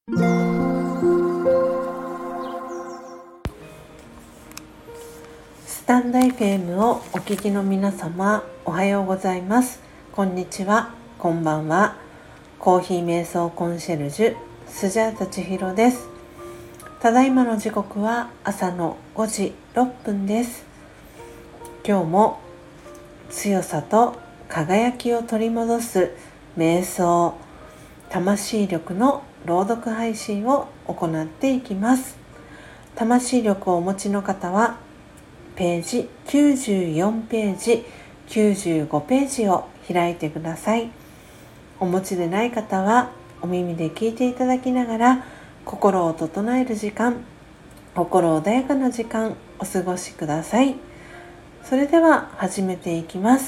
スタンド FM をお聞きの皆様、おはようございます。こんにちは、こんばんは。コーヒー瞑想コンシェルジュスジャータ千尋です。ただいまの時刻は朝の5時6分です。今日も強さと輝きを取り戻す瞑想、魂力の朗読配信を行っていきます。魂力をお持ちの方はページ94ページ95ページを開いてください。お持ちでない方はお耳で聞いていただきながら心を整える時間、心穏やかな時間お過ごしください。それでは始めていきます。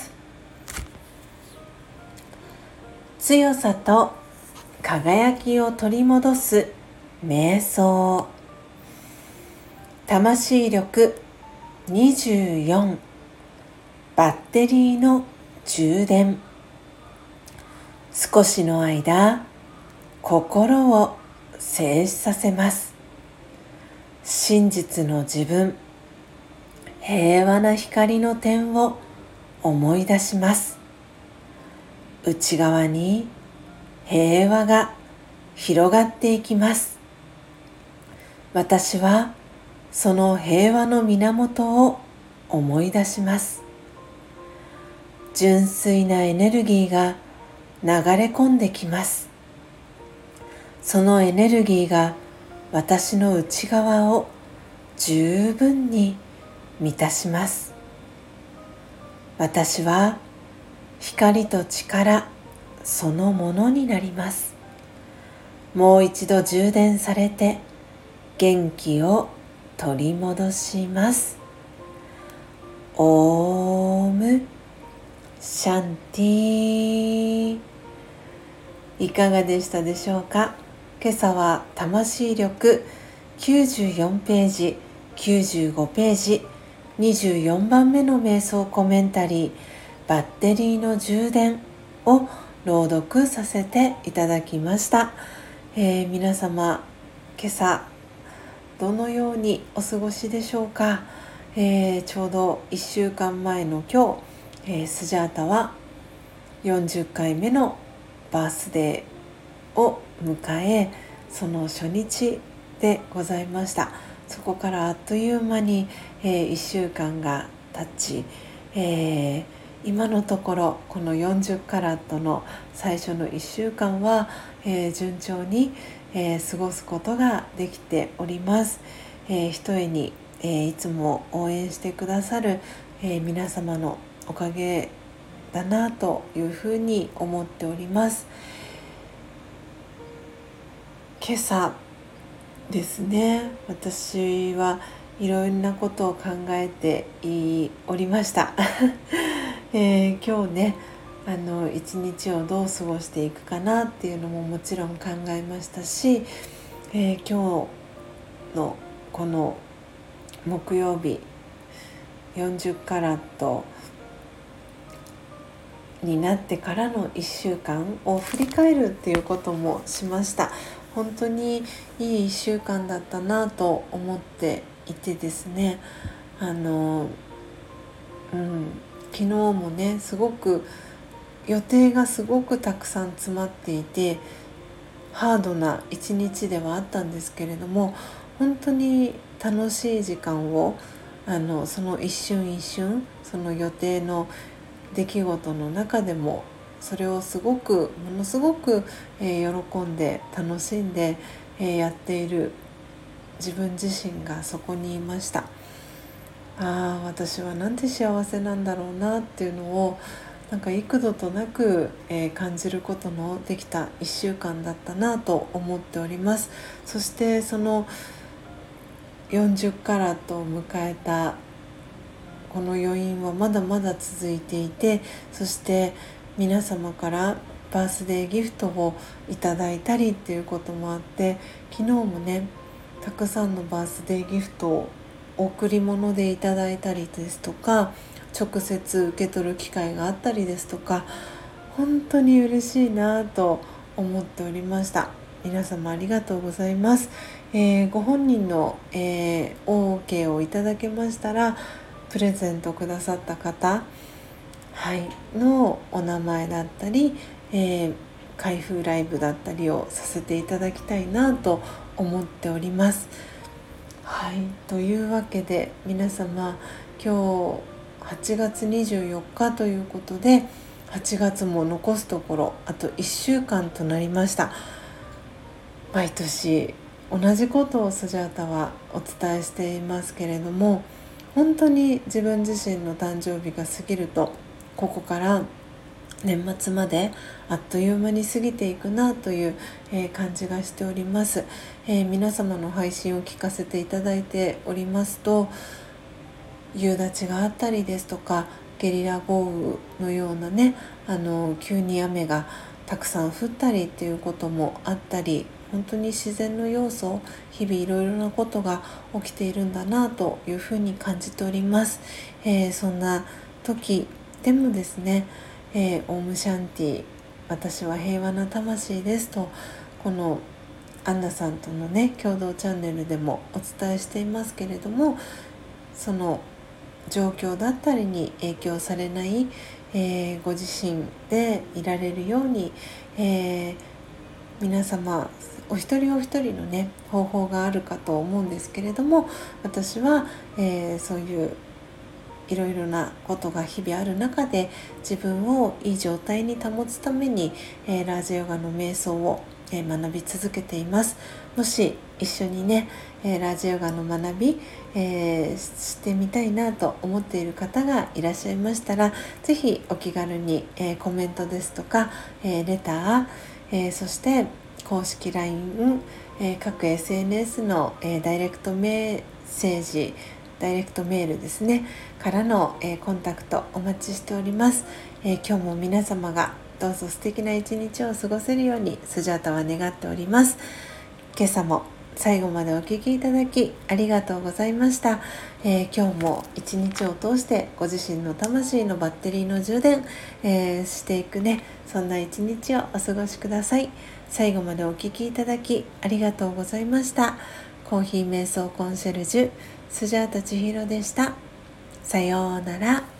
強さと輝きを取り戻す瞑想、魂力24、バッテリーの充電。少しの間、心を静止させます。真実の自分、平和な光の点を思い出します。内側に平和が広がっていきます。私はその平和の源を思い出します。純粋なエネルギーが流れ込んできます。そのエネルギーが私の内側を十分に満たします。私は光と力そのものになります。もう一度充電されて元気を取り戻します。オームシャンティ。いかがでしたでしょうか。今朝は魂力94ページ95ページ24番目の瞑想コメンタリー、バッテリーの充電を朗読させていただきました。皆様、今朝どのようにお過ごしでしょうか。ちょうど1週間前の今日、スジャータは40回目のバースデーを迎え、その初日でございました。そこからあっという間に、1週間が経ち、今のところこの40カラットの最初の1週間は、順調に、過ごすことができております。ひとえに、いつも応援してくださる、皆様のおかげだなというふうに思っております。今朝ですね、私はいろんなことを考えておりました、今日ね、一日をどう過ごしていくかなっていうのももちろん考えましたし、今日のこの木曜日40カラットになってからの1週間を振り返るっていうこともしました。本当にいい1週間だったなと思っていてですね、昨日もね、すごく予定がすごくたくさん詰まっていてハードな一日ではあったんですけれども、本当に楽しい時間をその一瞬一瞬、その予定の出来事の中でもそれをものすごく、喜んで楽しんで、やっている自分自身がそこにいました。私はなんて幸せなんだろうなっていうのを幾度となく、感じることのできた1週間だったなと思っております。そしてその40カラットを迎えたこの余韻はまだまだ続いていて、そして皆様からバースデーギフトをいただいたりっていうこともあって、昨日もね、たくさんのバースデーギフトを贈り物でいただいたりですとか、直接受け取る機会があったりですとか、本当に嬉しいなと思っておりました。 皆様ありがとうございます。ご本人の、OK をいただけましたら、プレゼントくださった方、のお名前だったり、開封ライブだったりをさせていただきたいなと思っております。というわけで皆様、今日8月24日ということで、8月も残すところあと1週間となりました。毎年同じことをスジャータはお伝えしていますけれども、本当に自分自身の誕生日が過ぎると、ここから年末まであっという間に過ぎていくなという、感じがしております。皆様の配信を聞かせていただいておりますと、夕立があったりですとか、ゲリラ豪雨のようなね、急に雨がたくさん降ったりっていうこともあったり、本当に自然の要素、日々いろいろなことが起きているんだなというふうに感じております。そんな時でもですね、オームシャンティ、私は平和な魂ですと、このアンナさんとのね共同チャンネルでもお伝えしていますけれども、その状況だったりに影響されない、ご自身でいられるように、皆様お一人お一人のね方法があるかと思うんですけれども、私は、そういういろいろなことが日々ある中で自分をいい状態に保つために、ラージャヨガの瞑想を、学び続けています。もし一緒にね、ラージャヨガの学び、してみたいなと思っている方がいらっしゃいましたら、ぜひお気軽に、コメントですとか、レター、そして公式 LINE、各 SNS の、ダイレクトメッセージ、ダイレクトメールですねからの、コンタクトお待ちしております。今日も皆様がどうぞ素敵な一日を過ごせるようにスジャータは願っております。今朝も最後までお聞きいただきありがとうございました。今日も一日を通してご自身の魂のバッテリーの充電、していくね、そんな一日をお過ごしください。最後までお聞きいただきありがとうございました。コーヒー瞑想コンシェルジュスジャータ千尋でした。さようなら。